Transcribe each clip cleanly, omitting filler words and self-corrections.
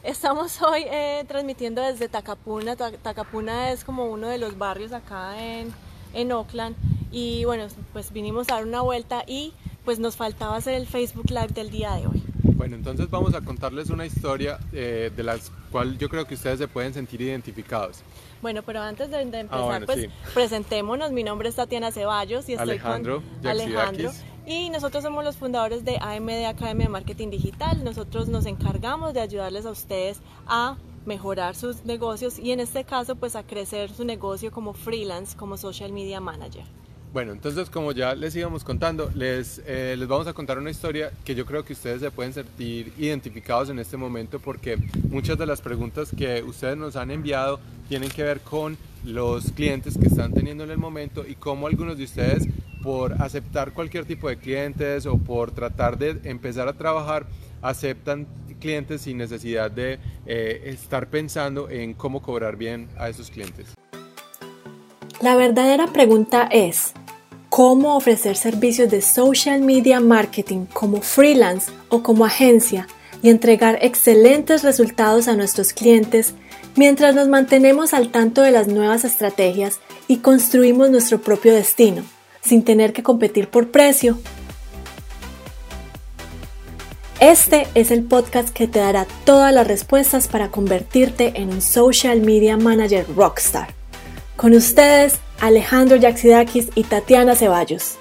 Estamos hoy transmitiendo desde Takapuna. Takapuna es como uno de los barrios acá en Oakland. Y bueno, pues vinimos a dar una vuelta y pues nos faltaba hacer el Facebook Live del día de hoy. Bueno, entonces vamos a contarles una historia de la cual yo creo que ustedes se pueden sentir identificados. Bueno, pero antes de empezar, sí. Presentémonos. Mi nombre es Tatiana Ceballos y estoy con Alejandro. Y nosotros somos los fundadores de AMD Academia de Marketing Digital. Nosotros nos encargamos de ayudarles a ustedes a mejorar sus negocios y en este caso pues a crecer su negocio como freelance, como social media manager. Bueno, entonces como ya les íbamos contando, les vamos a contar una historia que yo creo que ustedes se pueden sentir identificados en este momento porque muchas de las preguntas que ustedes nos han enviado tienen que ver con los clientes que están teniendo en el momento y cómo algunos de ustedes por aceptar cualquier tipo de clientes o por tratar de empezar a trabajar aceptan clientes sin necesidad de estar pensando en cómo cobrar bien a esos clientes. La verdadera pregunta es, ¿cómo ofrecer servicios de social media marketing como freelance o como agencia y entregar excelentes resultados a nuestros clientes mientras nos mantenemos al tanto de las nuevas estrategias y construimos nuestro propio destino, sin tener que competir por precio? Este es el podcast que te dará todas las respuestas para convertirte en un social media manager rockstar. Con ustedes, Alejandro Yaxidakis y Tatiana Ceballos.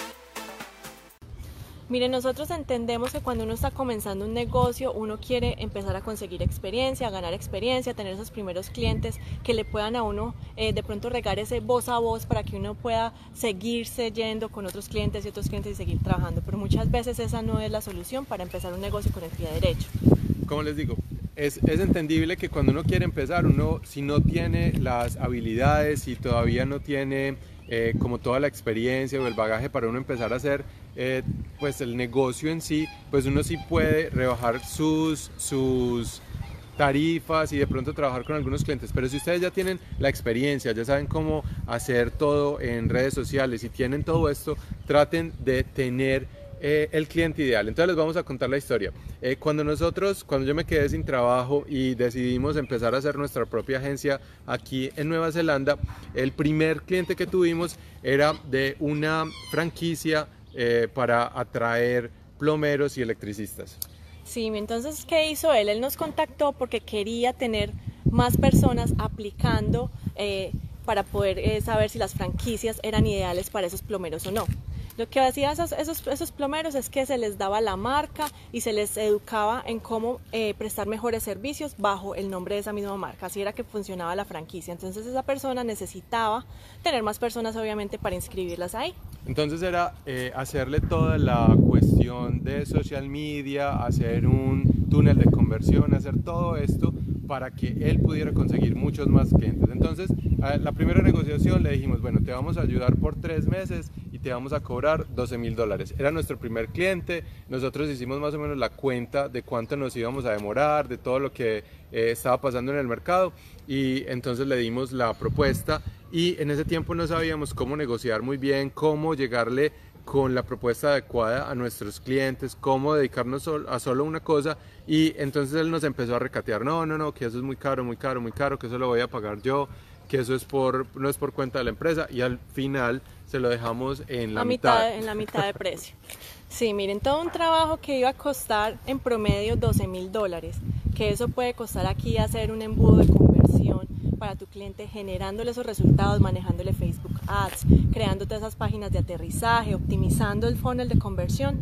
Miren, nosotros entendemos que cuando uno está comenzando un negocio, uno quiere empezar a conseguir experiencia, ganar experiencia, tener esos primeros clientes que le puedan a uno de pronto regar ese voz a voz para que uno pueda seguirse yendo con otros clientes y seguir trabajando. Pero muchas veces esa no es la solución para empezar un negocio con el pie derecho. Como les digo, es entendible que cuando uno quiere empezar, uno si no tiene las habilidades, si todavía no tiene como toda la experiencia o el bagaje para uno empezar a hacer pues el negocio en sí, pues uno sí puede rebajar sus tarifas y de pronto trabajar con algunos clientes, pero si ustedes ya tienen la experiencia, ya saben cómo hacer todo en redes sociales y tienen todo esto, traten de tener el cliente ideal. Entonces les vamos a contar la historia. Cuando yo me quedé sin trabajo y decidimos empezar a hacer nuestra propia agencia aquí en Nueva Zelanda, el primer cliente que tuvimos era de una franquicia para atraer plomeros y electricistas. Sí, entonces, ¿qué hizo él? Él nos contactó porque quería tener más personas aplicando para poder saber si las franquicias eran ideales para esos plomeros o no. Lo que hacía esos plomeros es que se les daba la marca y se les educaba en cómo prestar mejores servicios bajo el nombre de esa misma marca. Así era que funcionaba la franquicia. Entonces esa persona necesitaba tener más personas obviamente para inscribirlas ahí. Entonces era hacerle toda la cuestión de social media, hacer un túnel de conversión, hacer todo esto para que él pudiera conseguir muchos más clientes. Entonces, la primera negociación le dijimos, bueno, te vamos a ayudar por 3 meses y te vamos a cobrar $12,000. Era nuestro primer cliente, nosotros hicimos más o menos la cuenta de cuánto nos íbamos a demorar, de todo lo que estaba pasando en el mercado y entonces le dimos la propuesta y en ese tiempo no sabíamos cómo negociar muy bien, cómo llegarle con la propuesta adecuada a nuestros clientes, cómo dedicarnos a solo una cosa y entonces él nos empezó a recatear, no, que eso es muy caro, que eso lo voy a pagar yo, que eso no es por cuenta de la empresa y al final se lo dejamos en la mitad. En la mitad de precio. Sí, miren, todo un trabajo que iba a costar en promedio $12,000, que eso puede costar aquí hacer un embudo de conversión para tu cliente, generándole esos resultados, manejándole Facebook Ads, creando todas esas páginas de aterrizaje, optimizando el funnel de conversión,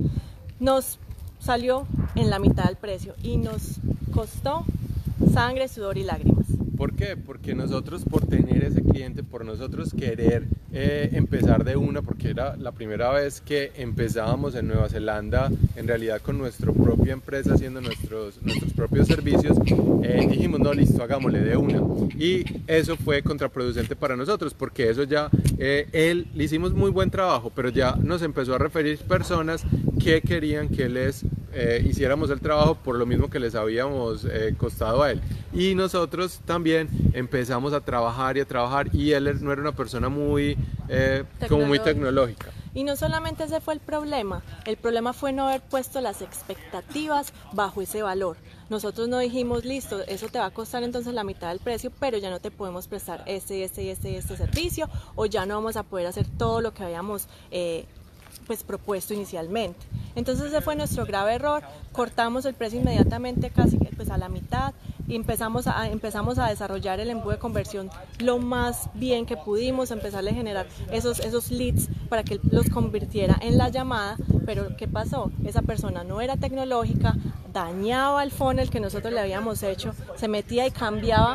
nos salió en la mitad del precio y nos costó sangre, sudor y lágrimas. ¿Por qué? Porque nosotros por tener ese cliente, por nosotros querer empezar de una, porque era la primera vez que empezábamos en Nueva Zelanda, en realidad con nuestra propia empresa haciendo nuestros propios servicios, dijimos no, listo, hagámosle de una. Y eso fue contraproducente para nosotros, porque eso ya, le hicimos muy buen trabajo, pero ya nos empezó a referir personas que querían que les hiciéramos el trabajo por lo mismo que les habíamos costado a él. Y nosotros también empezamos a trabajar y él no era una persona muy tecnológica. Y no solamente ese fue el problema fue no haber puesto las expectativas bajo ese valor. Nosotros no dijimos, listo, eso te va a costar entonces la mitad del precio, pero ya no te podemos prestar este servicio, o ya no vamos a poder hacer todo lo que habíamos pues propuesto inicialmente. Entonces ese fue nuestro grave error. Cortamos el precio inmediatamente, casi pues a la mitad, y empezamos a desarrollar el embudo de conversión lo más bien que pudimos, empezarle a generar esos leads para que los convirtiera en la llamada. Pero ¿qué pasó? Esa persona no era tecnológica, dañaba el funnel que nosotros le habíamos hecho, se metía y cambiaba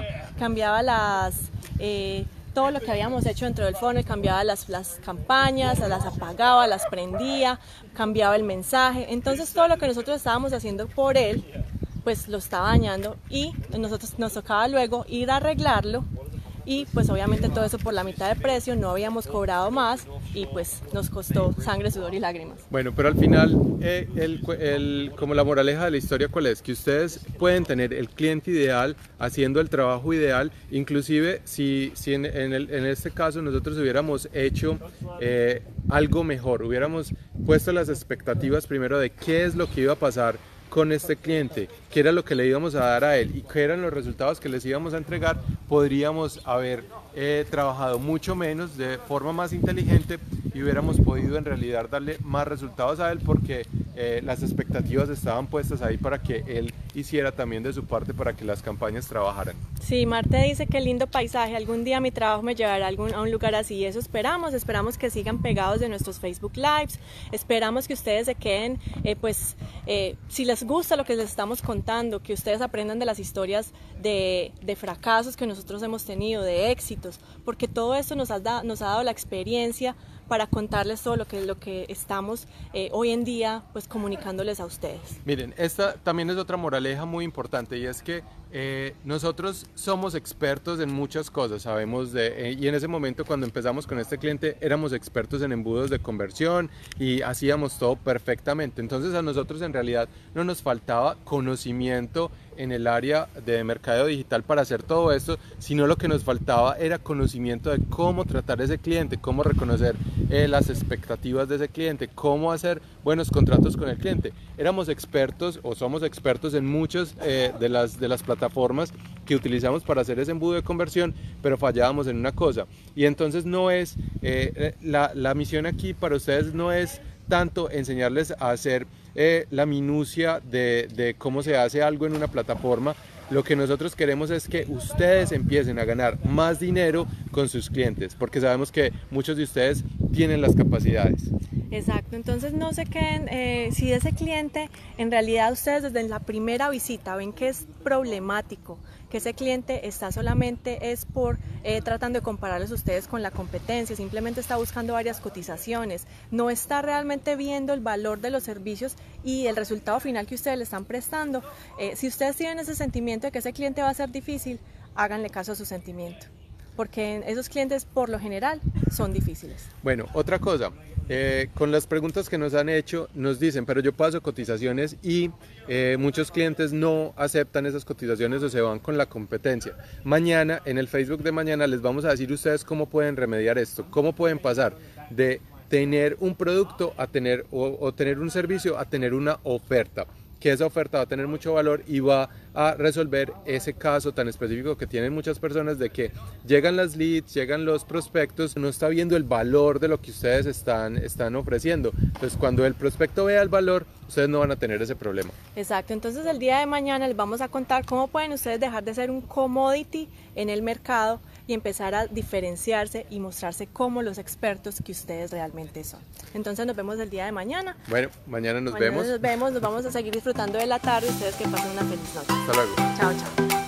todo lo que habíamos hecho dentro del funnel, cambiaba las campañas, las apagaba, las prendía, cambiaba el mensaje. Entonces todo lo que nosotros estábamos haciendo por él, pues lo estaba dañando, y nosotros nos tocaba luego ir a arreglarlo, y pues obviamente todo eso por la mitad de precio, no habíamos cobrado más, y pues nos costó sangre, sudor y lágrimas. Bueno, pero al final, como la moraleja de la historia, ¿cuál es? Que ustedes pueden tener el cliente ideal haciendo el trabajo ideal, inclusive si en este caso nosotros hubiéramos hecho algo mejor, hubiéramos puesto las expectativas primero de qué es lo que iba a pasar con este cliente, qué era lo que le íbamos a dar a él y qué eran los resultados que les íbamos a entregar, podríamos haber trabajado mucho menos, de forma más inteligente, y hubiéramos podido en realidad darle más resultados a él, porque las expectativas estaban puestas ahí para que él hiciera también de su parte para que las campañas trabajaran. Sí, Marte dice que lindo paisaje, algún día mi trabajo me llevará a un lugar así, y eso esperamos que sigan pegados de nuestros Facebook Lives, esperamos que ustedes se queden, si les gusta lo que les estamos contando, que ustedes aprendan de las historias de fracasos que nosotros hemos tenido, de éxitos, porque todo esto nos ha dado la experiencia para contarles todo lo que estamos hoy en día pues comunicándoles a ustedes. Miren, esta también es otra moraleja muy importante, y es que nosotros somos expertos en muchas cosas, sabemos y en ese momento cuando empezamos con este cliente éramos expertos en embudos de conversión y hacíamos todo perfectamente. Entonces a nosotros en realidad no nos faltaba conocimiento en el área de mercadeo digital para hacer todo esto, sino lo que nos faltaba era conocimiento de cómo tratar a ese cliente, cómo reconocer las expectativas de ese cliente, cómo hacer buenos contratos con el cliente. Éramos expertos o somos expertos en muchas de las plataformas que utilizamos para hacer ese embudo de conversión, pero fallábamos en una cosa, y entonces no es la misión aquí para ustedes no es tanto enseñarles a hacer la minucia de cómo se hace algo en una plataforma. Lo que nosotros queremos es que ustedes empiecen a ganar más dinero con sus clientes, porque sabemos que muchos de ustedes tienen las capacidades. Exacto, entonces no se queden, si ese cliente en realidad ustedes desde la primera visita ven que es problemático, que ese cliente está solamente tratando de compararles a ustedes con la competencia, simplemente está buscando varias cotizaciones, no está realmente viendo el valor de los servicios y el resultado final que ustedes le están prestando. Si ustedes tienen ese sentimiento de que ese cliente va a ser difícil, háganle caso a su sentimiento, porque esos clientes por lo general son difíciles. Bueno, otra cosa, con las preguntas que nos han hecho nos dicen, pero yo paso cotizaciones y muchos clientes no aceptan esas cotizaciones o se van con la competencia. Mañana, en el Facebook de mañana, les vamos a decir a ustedes cómo pueden remediar esto, cómo pueden pasar de tener un producto a tener un servicio a tener una oferta, que esa oferta va a tener mucho valor y va a resolver ese caso tan específico que tienen muchas personas de que llegan las leads, llegan los prospectos, no está viendo el valor de lo que ustedes están ofreciendo. Entonces cuando el prospecto vea el valor, ustedes no van a tener ese problema. Exacto, entonces el día de mañana les vamos a contar cómo pueden ustedes dejar de ser un commodity en el mercado y empezar a diferenciarse y mostrarse como los expertos que ustedes realmente son. Entonces nos vemos el día de mañana. Bueno, mañana nos vemos. Nos vamos a seguir disfrutando de la tarde. Ustedes que pasen una feliz noche. Hasta luego. Chao, chao.